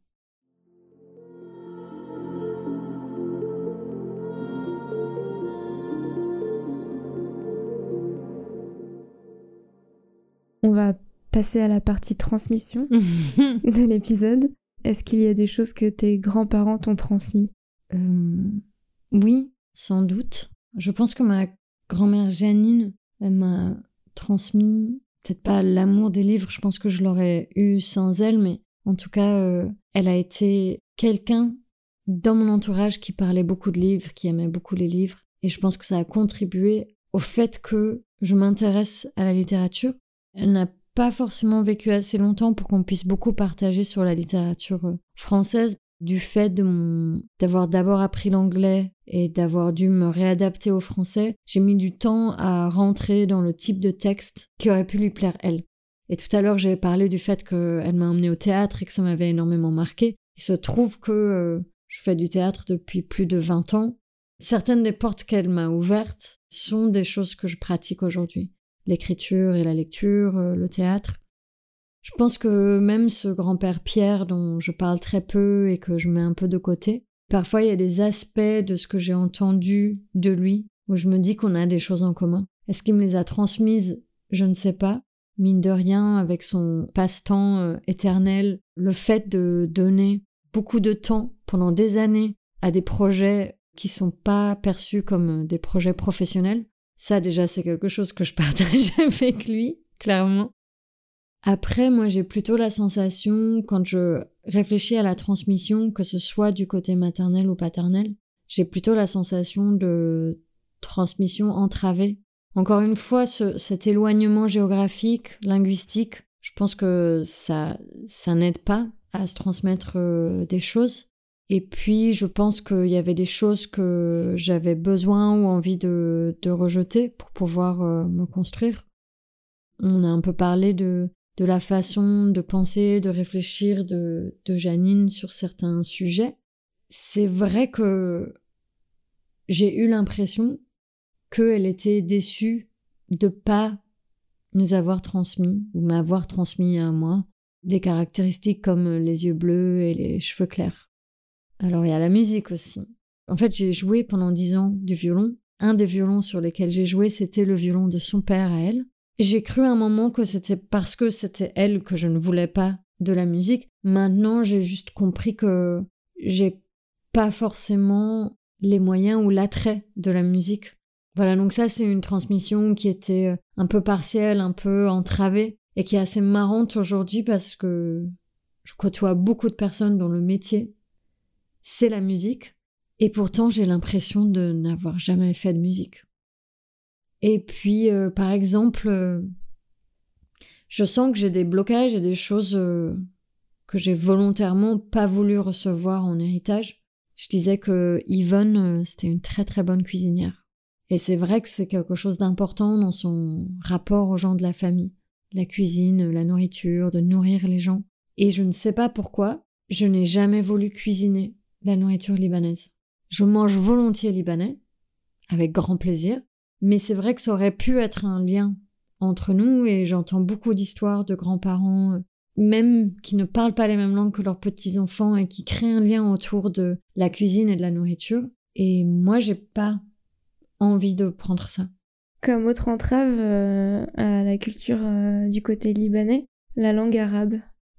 On va passer à la partie transmission de l'épisode. Est-ce qu'il y a des choses que tes grands-parents t'ont transmis ? Oui, sans doute. Je pense que ma grand-mère Janine, elle m'a transmis peut-être pas l'amour des livres, je pense que je l'aurais eu sans elle, mais en tout cas, elle a été quelqu'un dans mon entourage qui parlait beaucoup de livres, qui aimait beaucoup les livres. Et je pense que ça a contribué au fait que je m'intéresse à la littérature. Elle n'a pas forcément vécu assez longtemps pour qu'on puisse beaucoup partager sur la littérature française. Du fait d'avoir d'abord appris l'anglais et d'avoir dû me réadapter au français, j'ai mis du temps à rentrer dans le type de texte qui aurait pu lui plaire elle. Et tout à l'heure, j'ai parlé du fait qu'elle m'a emmenée au théâtre et que ça m'avait énormément marqué. Il se trouve que je fais du théâtre depuis plus de 20 ans. Certaines des portes qu'elle m'a ouvertes sont des choses que je pratique aujourd'hui. L'écriture et la lecture, le théâtre. Je pense que même ce grand-père Pierre dont je parle très peu et que je mets un peu de côté, parfois il y a des aspects de ce que j'ai entendu de lui où je me dis qu'on a des choses en commun. Est-ce qu'il me les a transmises? Je ne sais pas. Mine de rien, avec son passe-temps éternel, le fait de donner beaucoup de temps pendant des années à des projets qui sont pas perçus comme des projets professionnels, ça déjà c'est quelque chose que je partage avec lui, clairement. Après, moi j'ai plutôt la sensation, quand je réfléchis à la transmission, que ce soit du côté maternel ou paternel, j'ai plutôt la sensation de transmission entravée. Encore une fois, cet éloignement géographique, linguistique, je pense que ça n'aide pas à se transmettre des choses. Et puis, je pense qu'il y avait des choses que j'avais besoin ou envie de rejeter pour pouvoir me construire. On a un peu parlé de la façon de penser, de réfléchir de Janine sur certains sujets. C'est vrai que j'ai eu l'impression qu'elle était déçue de pas nous avoir transmis, ou m'avoir transmis à moi, des caractéristiques comme les yeux bleus et les cheveux clairs. Alors il y a la musique aussi. En fait, j'ai joué pendant 10 ans du violon. Un des violons sur lesquels j'ai joué, c'était le violon de son père à elle. J'ai cru à un moment que c'était parce que c'était elle que je ne voulais pas de la musique. Maintenant, j'ai juste compris que j'ai pas forcément les moyens ou l'attrait de la musique. Voilà, donc ça, c'est une transmission qui était un peu partielle, un peu entravée, et qui est assez marrante aujourd'hui parce que je côtoie beaucoup de personnes dont le métier, c'est la musique, et pourtant j'ai l'impression de n'avoir jamais fait de musique. Et puis, par exemple, je sens que j'ai des blocages et des choses que j'ai volontairement pas voulu recevoir en héritage. Je disais que Yvonne, c'était une très très bonne cuisinière. Et c'est vrai que c'est quelque chose d'important dans son rapport aux gens de la famille. La cuisine, la nourriture, de nourrir les gens. Et je ne sais pas pourquoi, je n'ai jamais voulu cuisiner la nourriture libanaise. Je mange volontiers libanais, avec grand plaisir, mais c'est vrai que ça aurait pu être un lien entre nous, et j'entends beaucoup d'histoires de grands-parents, même qui ne parlent pas les mêmes langues que leurs petits-enfants et qui créent un lien autour de la cuisine et de la nourriture. Et moi, j'ai pas envie de prendre ça. Comme autre entrave à la culture du côté libanais, la langue arabe.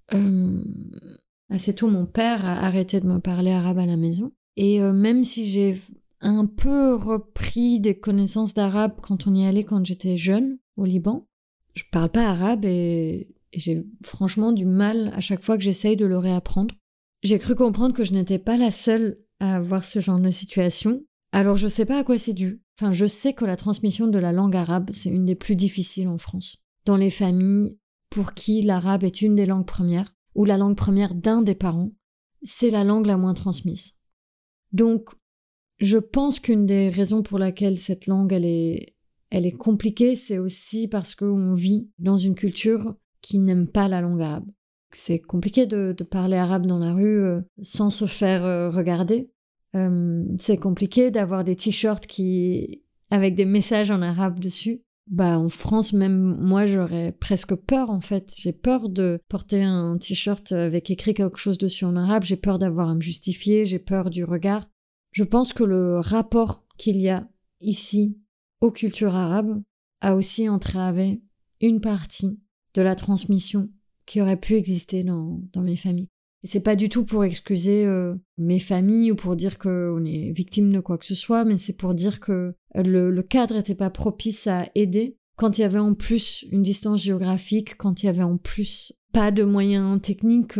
Assez tôt, mon père a arrêté de me parler arabe à la maison. Et même si j'ai un peu repris des connaissances d'arabe quand on y allait quand j'étais jeune, au Liban, je parle pas arabe et j'ai franchement du mal à chaque fois que j'essaye de le réapprendre. J'ai cru comprendre que je n'étais pas la seule à avoir ce genre de situation. Alors je sais pas à quoi c'est dû. Enfin, je sais que la transmission de la langue arabe, c'est une des plus difficiles en France. Dans les familles pour qui l'arabe est une des langues premières, ou la langue première d'un des parents, c'est la langue la moins transmise. Donc, je pense qu'une des raisons pour laquelle cette langue, elle est compliquée, c'est aussi parce qu'on vit dans une culture qui n'aime pas la langue arabe. C'est compliqué de parler arabe dans la rue sans se faire regarder. C'est compliqué d'avoir des t-shirts avec des messages en arabe dessus. En France, même moi, j'aurais presque peur, en fait. J'ai peur de porter un t-shirt avec écrit quelque chose dessus en arabe. J'ai peur d'avoir à me justifier. J'ai peur du regard. Je pense que le rapport qu'il y a ici aux cultures arabes a aussi entravé une partie de la transmission qui aurait pu exister dans mes familles. Et c'est pas du tout pour excuser mes familles ou pour dire qu'on est victime de quoi que ce soit, mais c'est pour dire que le cadre était pas propice à aider quand il y avait en plus une distance géographique, quand il y avait en plus pas de moyens techniques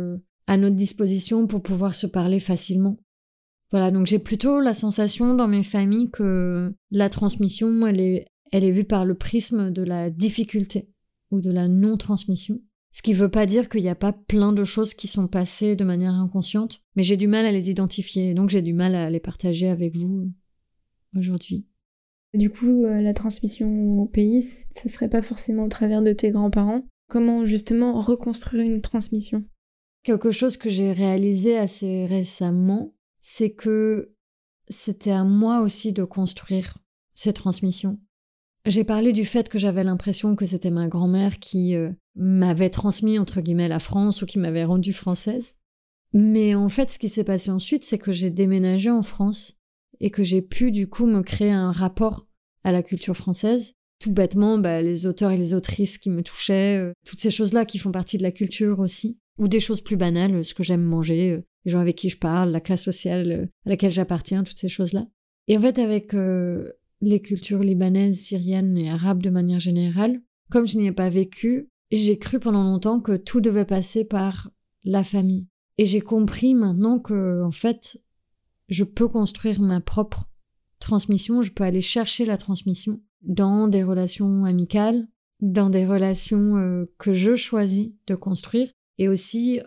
à notre disposition pour pouvoir se parler facilement. Voilà, donc j'ai plutôt la sensation dans mes familles que la transmission, elle est vue par le prisme de la difficulté ou de la non-transmission. Ce qui ne veut pas dire qu'il n'y a pas plein de choses qui sont passées de manière inconsciente, mais j'ai du mal à les identifier, donc j'ai du mal à les partager avec vous aujourd'hui. Du coup, la transmission au pays, ça serait pas forcément au travers de tes grands-parents. Comment justement reconstruire une transmission ? Quelque chose que j'ai réalisé assez récemment, c'est que c'était à moi aussi de construire ces transmissions. J'ai parlé du fait que j'avais l'impression que c'était ma grand-mère qui m'avait transmis, entre guillemets, la France ou qui m'avait rendue française. Mais en fait, ce qui s'est passé ensuite, c'est que j'ai déménagé en France et que j'ai pu du coup me créer un rapport à la culture française. Tout bêtement, les auteurs et les autrices qui me touchaient, toutes ces choses-là qui font partie de la culture aussi. Ou des choses plus banales, ce que j'aime manger, les gens avec qui je parle, la classe sociale à laquelle j'appartiens, toutes ces choses-là. Et en fait, avec les cultures libanaises, syriennes et arabes de manière générale, comme je n'y ai pas vécu, j'ai cru pendant longtemps que tout devait passer par la famille. Et j'ai compris maintenant que, en fait, je peux construire ma propre transmission, je peux aller chercher la transmission dans des relations amicales, dans des relations que je choisis de construire, et aussi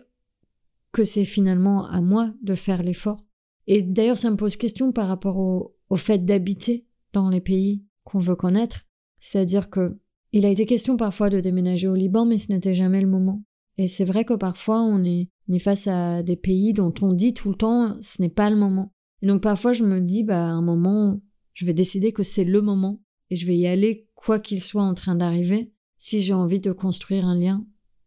que c'est finalement à moi de faire l'effort. Et d'ailleurs, ça me pose question par rapport au fait d'habiter dans les pays qu'on veut connaître. C'est-à-dire que il a été question parfois de déménager au Liban, mais ce n'était jamais le moment. Et c'est vrai que parfois, on est face à des pays dont on dit tout le temps, ce n'est pas le moment. Et donc parfois, je me dis, à un moment, je vais décider que c'est le moment, et je vais y aller quoi qu'il soit en train d'arriver, si j'ai envie de construire un lien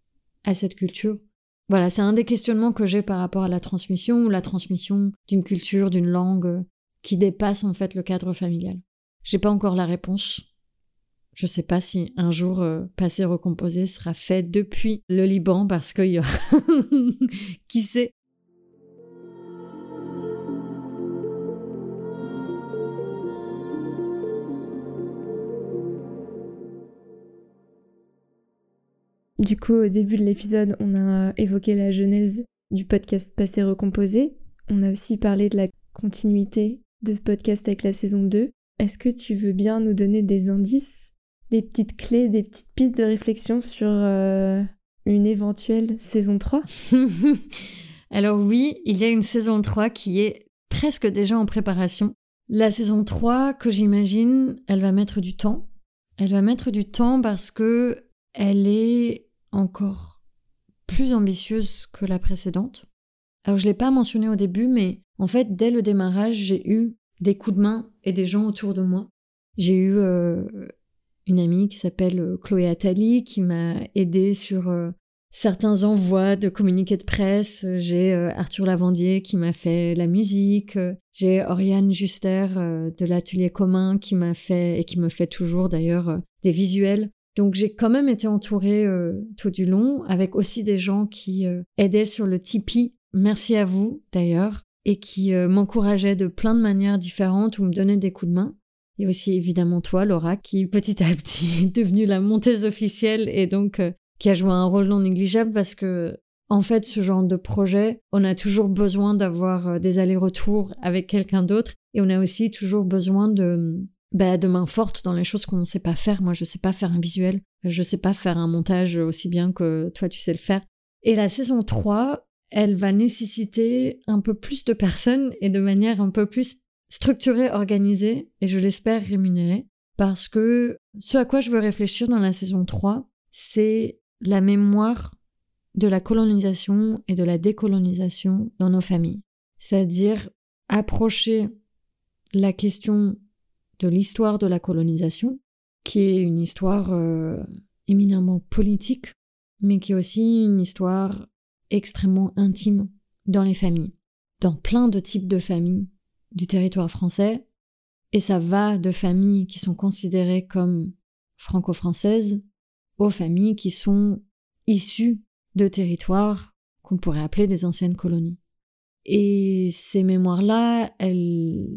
à cette culture. Voilà, c'est un des questionnements que j'ai par rapport à la transmission, ou la transmission d'une culture, d'une langue, qui dépasse en fait le cadre familial. J'ai pas encore la réponse. Je sais pas si un jour Passé Recomposé sera fait depuis le Liban, parce qu'il y a... Qui sait ? Du coup, au début de l'épisode, on a évoqué la genèse du podcast Passé Recomposé. On a aussi parlé de la continuité de ce podcast avec la saison 2. Est-ce que tu veux bien nous donner des indices, des petites clés, des petites pistes de réflexion sur une éventuelle saison 3 ? Alors oui, il y a une saison 3 qui est presque déjà en préparation. La saison 3, que j'imagine, elle va mettre du temps. Elle va mettre du temps parce que elle est encore plus ambitieuse que la précédente. Alors je ne l'ai pas mentionné au début, mais en fait, dès le démarrage, j'ai eu des coups de main et des gens autour de moi. J'ai eu une amie qui s'appelle Chloé Attali qui m'a aidée sur certains envois de communiqués de presse. J'ai Arthur Lavandier qui m'a fait la musique. J'ai Oriane Juster de l'Atelier Commun qui m'a fait, et qui me fait toujours d'ailleurs, des visuels. Donc j'ai quand même été entourée tout du long, avec aussi des gens qui aidaient sur le Tipeee. Merci à vous d'ailleurs, et qui m'encourageaient de plein de manières différentes ou me donnaient des coups de main. Il y a aussi évidemment toi, Laura, qui petit à petit est devenue la monteuse officielle et donc qui a joué un rôle non négligeable, parce que en fait, ce genre de projet, on a toujours besoin d'avoir des allers-retours avec quelqu'un d'autre, et on a aussi toujours besoin de main forte dans les choses qu'on ne sait pas faire. Moi, je ne sais pas faire un visuel, je ne sais pas faire un montage aussi bien que toi, tu sais le faire. Et la saison 3, elle va nécessiter un peu plus de personnes et de manière un peu plus structurée, organisée, et je l'espère rémunérée, parce que ce à quoi je veux réfléchir dans la saison 3, c'est la mémoire de la colonisation et de la décolonisation dans nos familles. C'est-à-dire approcher la question de l'histoire de la colonisation, qui est une histoire éminemment politique, mais qui est aussi une histoire extrêmement intime dans les familles, dans plein de types de familles du territoire français, et ça va de familles qui sont considérées comme franco-françaises aux familles qui sont issues de territoires qu'on pourrait appeler des anciennes colonies. Et ces mémoires-là, elles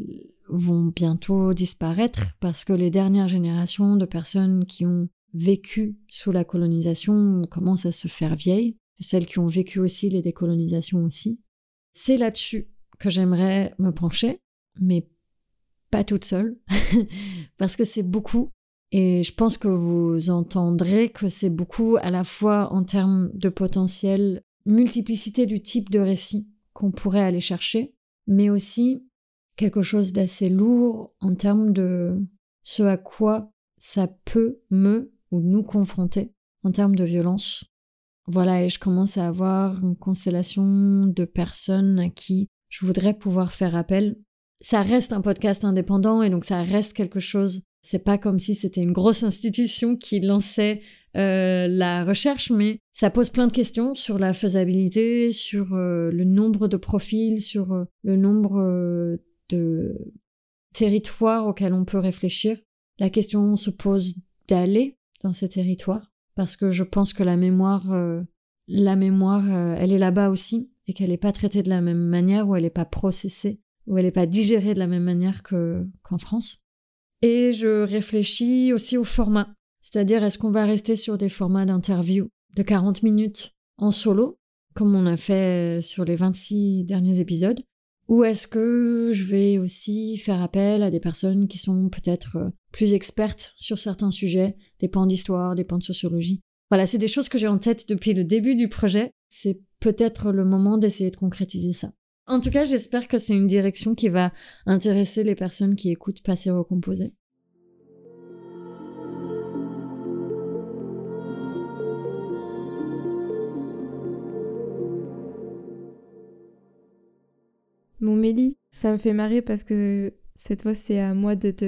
vont bientôt disparaître parce que les dernières générations de personnes qui ont vécu sous la colonisation commencent à se faire vieilles, celles qui ont vécu aussi les décolonisations aussi. C'est là-dessus que j'aimerais me pencher, mais pas toute seule, parce que c'est beaucoup. Et je pense que vous entendrez que c'est beaucoup à la fois en termes de potentiel, multiplicité du type de récit qu'on pourrait aller chercher, mais aussi quelque chose d'assez lourd en termes de ce à quoi ça peut ou nous confronter en termes de violence. Voilà, et je commence à avoir une constellation de personnes à qui je voudrais pouvoir faire appel. Ça reste un podcast indépendant et donc ça reste quelque chose. C'est pas comme si c'était une grosse institution qui lançait la recherche, mais ça pose plein de questions sur la faisabilité, sur le nombre de profils, sur le nombre de territoires auxquels on peut réfléchir. La question se pose d'aller dans ces territoires, parce que je pense que la mémoire, elle est là-bas aussi, et qu'elle n'est pas traitée de la même manière, ou elle n'est pas processée, ou elle n'est pas digérée de la même manière qu'en France. Et je réfléchis aussi au format, c'est-à-dire est-ce qu'on va rester sur des formats d'interview de 40 minutes en solo, comme on a fait sur les 26 derniers épisodes, ou est-ce que je vais aussi faire appel à des personnes qui sont peut-être plus expertes sur certains sujets, des pans d'histoire, des pans de sociologie. Voilà, c'est des choses que j'ai en tête depuis le début du projet. C'est peut-être le moment d'essayer de concrétiser ça. En tout cas, j'espère que c'est une direction qui va intéresser les personnes qui écoutent Passé Recomposé. Bon Mélie, ça me fait marrer parce que cette fois c'est à moi de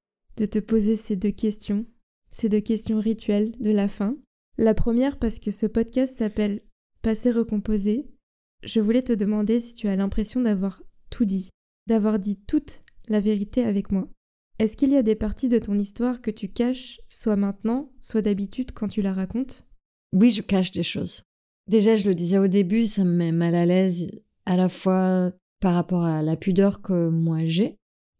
te poser ces deux questions rituelles de la fin. La première parce que ce podcast s'appelle Passé Recomposé. Je voulais te demander si tu as l'impression d'avoir tout dit, d'avoir dit toute la vérité avec moi. Est-ce qu'il y a des parties de ton histoire que tu caches, soit maintenant, soit d'habitude quand tu la racontes ? Oui, je cache des choses. Déjà, je le disais au début, ça me met mal à l'aise, à la fois par rapport à la pudeur que moi j'ai.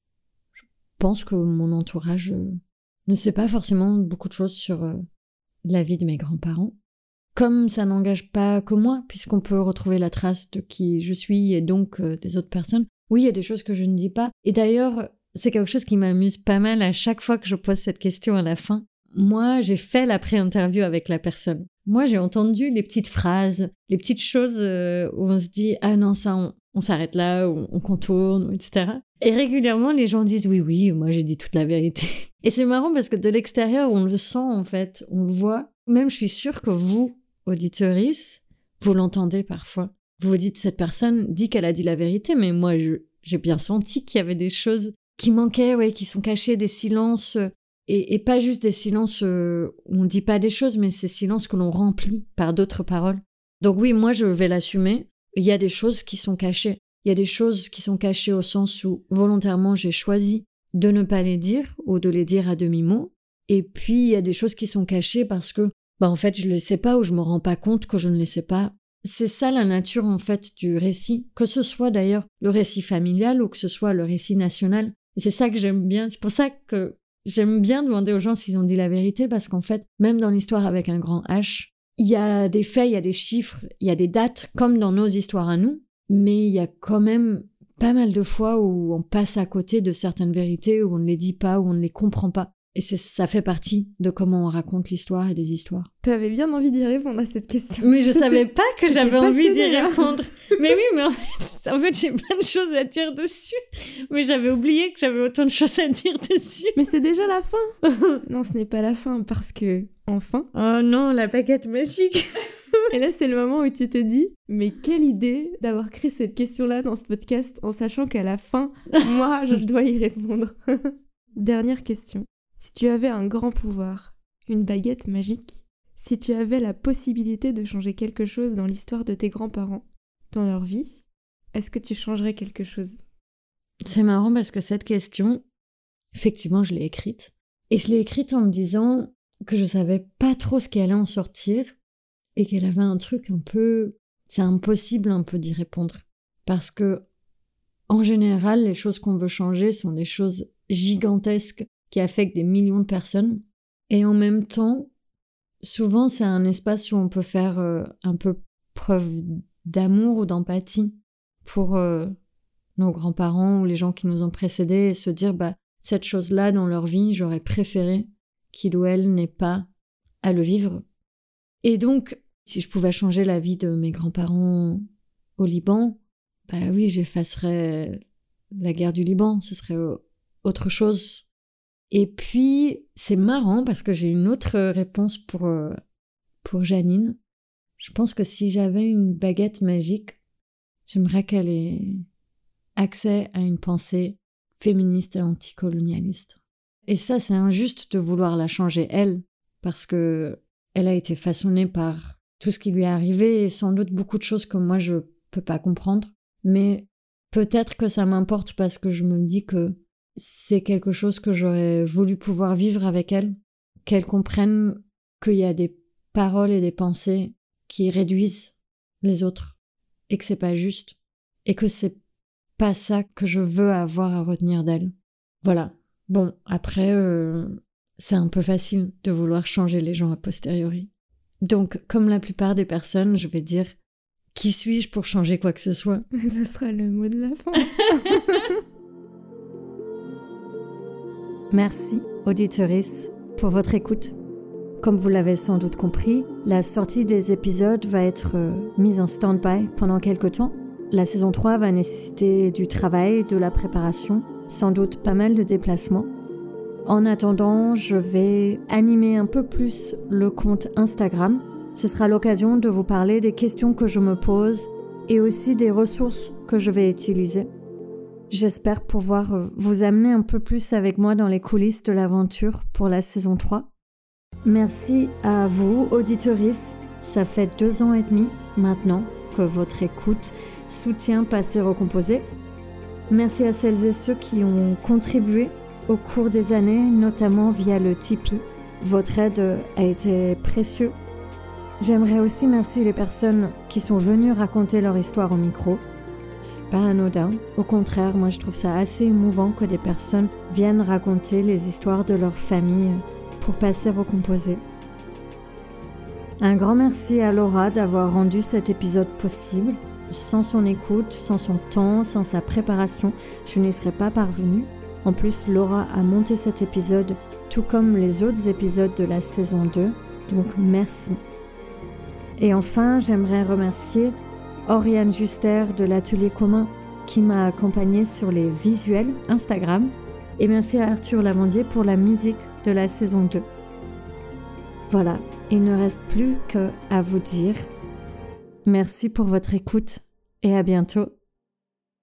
Je pense que mon entourage ne sait pas forcément beaucoup de choses sur la vie de mes grands-parents. Comme ça n'engage pas que moi, puisqu'on peut retrouver la trace de qui je suis et donc des autres personnes, oui, il y a des choses que je ne dis pas. Et d'ailleurs, c'est quelque chose qui m'amuse pas mal à chaque fois que je pose cette question à la fin. Moi, j'ai fait la pré-interview avec la personne. Moi, j'ai entendu les petites phrases, les petites choses où on se dit « Ah non, ça, on s'arrête là, ou on contourne, etc. » Et régulièrement, les gens disent « Oui, moi j'ai dit toute la vérité. » Et c'est marrant parce que de l'extérieur, on le sent en fait, on le voit. Même je suis sûre que vous, auditeurices, vous l'entendez parfois. Vous vous dites « Cette personne dit qu'elle a dit la vérité, mais moi j'ai bien senti qu'il y avait des choses qui manquaient, qui sont cachées, des silences... » Et pas juste des silences où on ne dit pas des choses, mais ces silences que l'on remplit par d'autres paroles. Donc oui, moi je vais l'assumer. Il y a des choses qui sont cachées. Il y a des choses qui sont cachées au sens où volontairement j'ai choisi de ne pas les dire ou de les dire à demi-mot. Et puis il y a des choses qui sont cachées parce que en fait je ne les sais pas ou je ne me rends pas compte que je ne les sais pas. C'est ça la nature en fait du récit, que ce soit d'ailleurs le récit familial ou que ce soit le récit national. Et c'est ça que j'aime bien. C'est pour ça que j'aime bien demander aux gens s'ils ont dit la vérité parce qu'en fait, même dans l'histoire avec un grand H, il y a des faits, il y a des chiffres, il y a des dates comme dans nos histoires à nous, mais il y a quand même pas mal de fois où on passe à côté de certaines vérités, où on ne les dit pas, où on ne les comprend pas. Et ça fait partie de comment on raconte l'histoire et des histoires. T'avais bien envie d'y répondre à cette question. Mais je savais pas que j'avais envie d'y répondre. Mais oui, mais en fait, j'ai plein de choses à dire dessus. Mais j'avais oublié que j'avais autant de choses à dire dessus. Mais c'est déjà la fin. Non, ce n'est pas la fin, parce que, enfin... Oh non, la baguette magique. Et là, c'est le moment où tu te dis, mais quelle idée d'avoir créé cette question-là dans ce podcast, en sachant qu'à la fin, moi, je dois y répondre. Dernière question. Si tu avais un grand pouvoir, une baguette magique, si tu avais la possibilité de changer quelque chose dans l'histoire de tes grands-parents, dans leur vie, est-ce que tu changerais quelque chose ? C'est marrant parce que cette question, effectivement, je l'ai écrite. Et je l'ai écrite en me disant que je savais pas trop ce qui allait en sortir et qu'elle avait un truc un peu... C'est impossible un peu d'y répondre. Parce que, en général, les choses qu'on veut changer sont des choses gigantesques qui affectent des millions de personnes. Et en même temps, souvent, c'est un espace où on peut faire un peu preuve d'amour ou d'empathie pour nos grands-parents ou les gens qui nous ont précédés et se dire cette chose-là dans leur vie, j'aurais préféré qu'il ou elle n'ait pas à le vivre. Et donc, si je pouvais changer la vie de mes grands-parents au Liban, oui, j'effacerais la guerre du Liban, ce serait autre chose. Et puis, c'est marrant parce que j'ai une autre réponse pour Janine. Je pense que si j'avais une baguette magique, j'aimerais qu'elle ait accès à une pensée féministe et anticolonialiste. Et ça, c'est injuste de vouloir la changer, elle, parce que elle a été façonnée par tout ce qui lui est arrivé et sans doute beaucoup de choses que moi, je peux pas comprendre. Mais peut-être que ça m'importe parce que je me dis que c'est quelque chose que j'aurais voulu pouvoir vivre avec elle, qu'elle comprenne qu'il y a des paroles et des pensées qui réduisent les autres et que c'est pas juste et que c'est pas ça que je veux avoir à retenir d'elle. Voilà. Bon, après, c'est un peu facile de vouloir changer les gens a posteriori. Donc, comme la plupart des personnes, je vais dire « Qui suis-je pour changer quoi que ce soit ?» Ce sera le mot de la fin. Merci, auditeurices, pour votre écoute. Comme vous l'avez sans doute compris, la sortie des épisodes va être mise en stand-by pendant quelques temps. La saison 3 va nécessiter du travail, de la préparation, sans doute pas mal de déplacements. En attendant, je vais animer un peu plus le compte Instagram. Ce sera l'occasion de vous parler des questions que je me pose et aussi des ressources que je vais utiliser. J'espère pouvoir vous amener un peu plus avec moi dans les coulisses de l'aventure pour la saison 3. Merci à vous, auditeurices. Ça fait 2 ans et demi maintenant que votre écoute soutient Passé Recomposé. Merci à celles et ceux qui ont contribué au cours des années, notamment via le Tipeee. Votre aide a été précieuse. J'aimerais aussi remercier les personnes qui sont venues raconter leur histoire au micro. C'est pas anodin. Au contraire, moi je trouve ça assez émouvant que des personnes viennent raconter les histoires de leur famille pour Passé Recomposé. Un grand merci à Laura d'avoir rendu cet épisode possible. Sans son écoute, sans son temps, sans sa préparation, je n'y serais pas parvenue. En plus, Laura a monté cet épisode, tout comme les autres épisodes de la saison 2. Donc merci. Et enfin, j'aimerais remercier Oriane Juster de l'Atelier Commun qui m'a accompagnée sur les visuels Instagram. Et merci à Arthur Lavandier pour la musique de la saison 2. Voilà, il ne reste plus qu'à vous dire merci pour votre écoute et à bientôt.